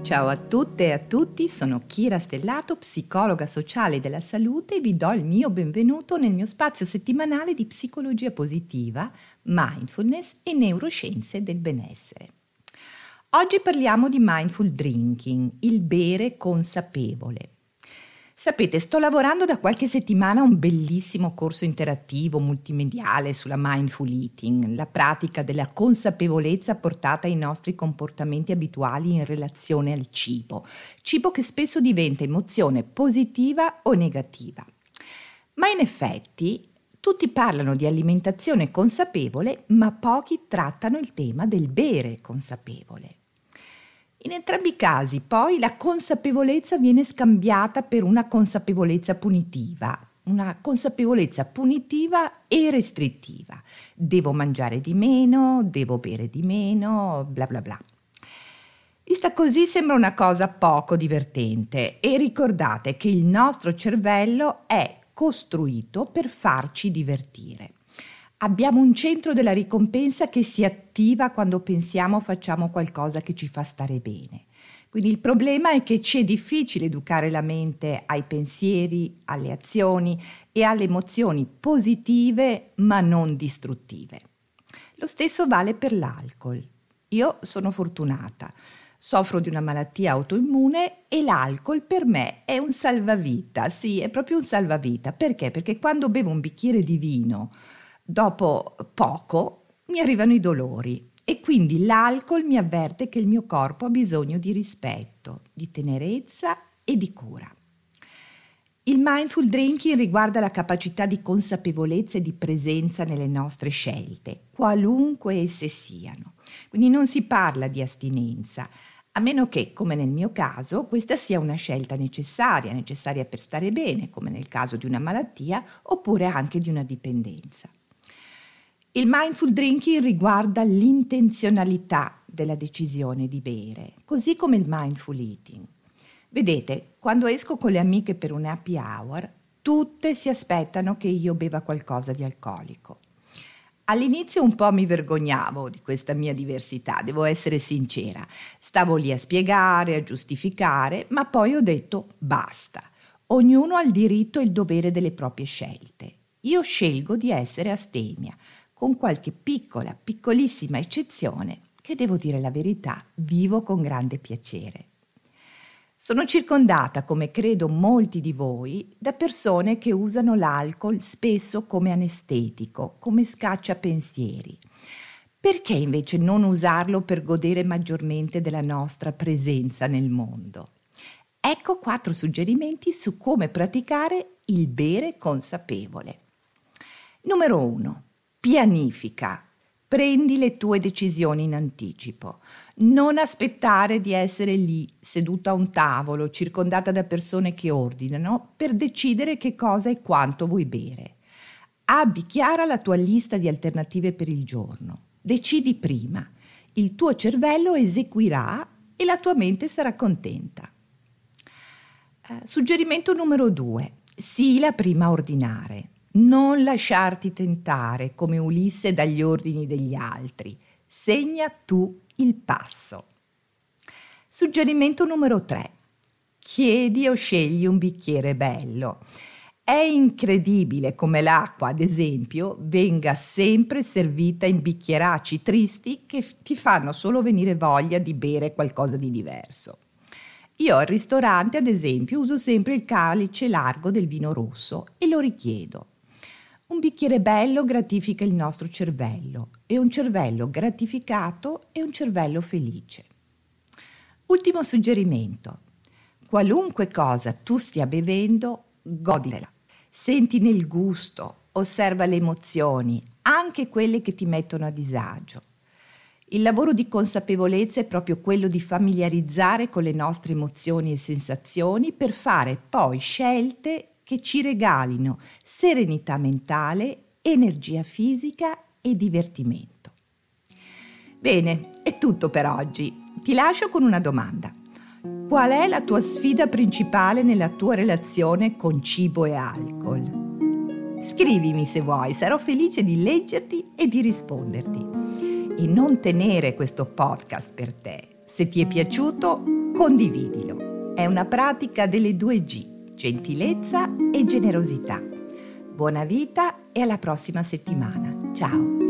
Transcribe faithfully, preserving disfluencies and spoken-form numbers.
Ciao a tutte e a tutti, sono Kira Stellato, psicologa sociale della salute e vi do il mio benvenuto nel mio spazio settimanale di psicologia positiva, mindfulness e neuroscienze del benessere. Oggi parliamo di mindful drinking, il bere consapevole. Sapete, sto lavorando da qualche settimana a un bellissimo corso interattivo multimediale sulla mindful eating, la pratica della consapevolezza portata ai nostri comportamenti abituali in relazione al cibo, cibo che spesso diventa emozione positiva o negativa. Ma in effetti tutti parlano di alimentazione consapevole, ma pochi trattano il tema del bere consapevole. In entrambi i casi, poi, la consapevolezza viene scambiata per una consapevolezza punitiva, una consapevolezza punitiva e restrittiva. Devo mangiare di meno, devo bere di meno, bla bla bla. Vista così sembra una cosa poco divertente e ricordate che il nostro cervello è costruito per farci divertire. Abbiamo un centro della ricompensa che si attiva quando pensiamo o facciamo qualcosa che ci fa stare bene. Quindi il problema è che ci è difficile educare la mente ai pensieri, alle azioni e alle emozioni positive ma non distruttive. Lo stesso vale per l'alcol. Io sono fortunata. Soffro di una malattia autoimmune e l'alcol per me è un salvavita. Sì, è proprio un salvavita. Perché? Perché quando bevo un bicchiere di vino, dopo poco mi arrivano i dolori e quindi l'alcol mi avverte che il mio corpo ha bisogno di rispetto, di tenerezza e di cura. Il mindful drinking riguarda la capacità di consapevolezza e di presenza nelle nostre scelte, qualunque esse siano. Quindi non si parla di astinenza, a meno che, come nel mio caso, questa sia una scelta necessaria, necessaria per stare bene, come nel caso di una malattia oppure anche di una dipendenza. Il mindful drinking riguarda l'intenzionalità della decisione di bere, così come il mindful eating. Vedete, quando esco con le amiche per un happy hour, tutte si aspettano che io beva qualcosa di alcolico. All'inizio un po' mi vergognavo di questa mia diversità, devo essere sincera. Stavo lì a spiegare, a giustificare, ma poi ho detto basta. Ognuno ha il diritto e il dovere delle proprie scelte. Io scelgo di essere astemia, con qualche piccola, piccolissima eccezione che, devo dire la verità, vivo con grande piacere. Sono circondata, come credo molti di voi, da persone che usano l'alcol spesso come anestetico, come scacciapensieri. Perché invece non usarlo per godere maggiormente della nostra presenza nel mondo? Ecco quattro suggerimenti su come praticare il bere consapevole. Numero uno. Pianifica. Prendi le tue decisioni in anticipo. Non aspettare di essere lì, seduta a un tavolo, circondata da persone che ordinano, per decidere che cosa e quanto vuoi bere. Abbi chiara la tua lista di alternative per il giorno. Decidi prima. Il tuo cervello eseguirà e la tua mente sarà contenta. Eh, suggerimento numero due. Sii la prima a ordinare. Non lasciarti tentare come Ulisse dagli ordini degli altri. Segna tu il passo. Suggerimento numero tre. Chiedi o scegli un bicchiere bello. È incredibile come l'acqua, ad esempio, venga sempre servita in bicchieracci tristi che ti fanno solo venire voglia di bere qualcosa di diverso. Io al ristorante, ad esempio, uso sempre il calice largo del vino rosso e lo richiedo. Un bicchiere bello gratifica il nostro cervello e un cervello gratificato è un cervello felice. Ultimo suggerimento. Qualunque cosa tu stia bevendo, godila. Senti nel gusto, osserva le emozioni, anche quelle che ti mettono a disagio. Il lavoro di consapevolezza è proprio quello di familiarizzare con le nostre emozioni e sensazioni per fare poi scelte che ci regalino serenità mentale, energia fisica e divertimento. Bene, è tutto per oggi. Ti lascio con una domanda. Qual è la tua sfida principale nella tua relazione con cibo e alcol? Scrivimi se vuoi, sarò felice di leggerti e di risponderti. E non tenere questo podcast per te. Se ti è piaciuto, condividilo. È una pratica delle due G, gentilezza e generosità. Buona vita e alla prossima settimana. Ciao!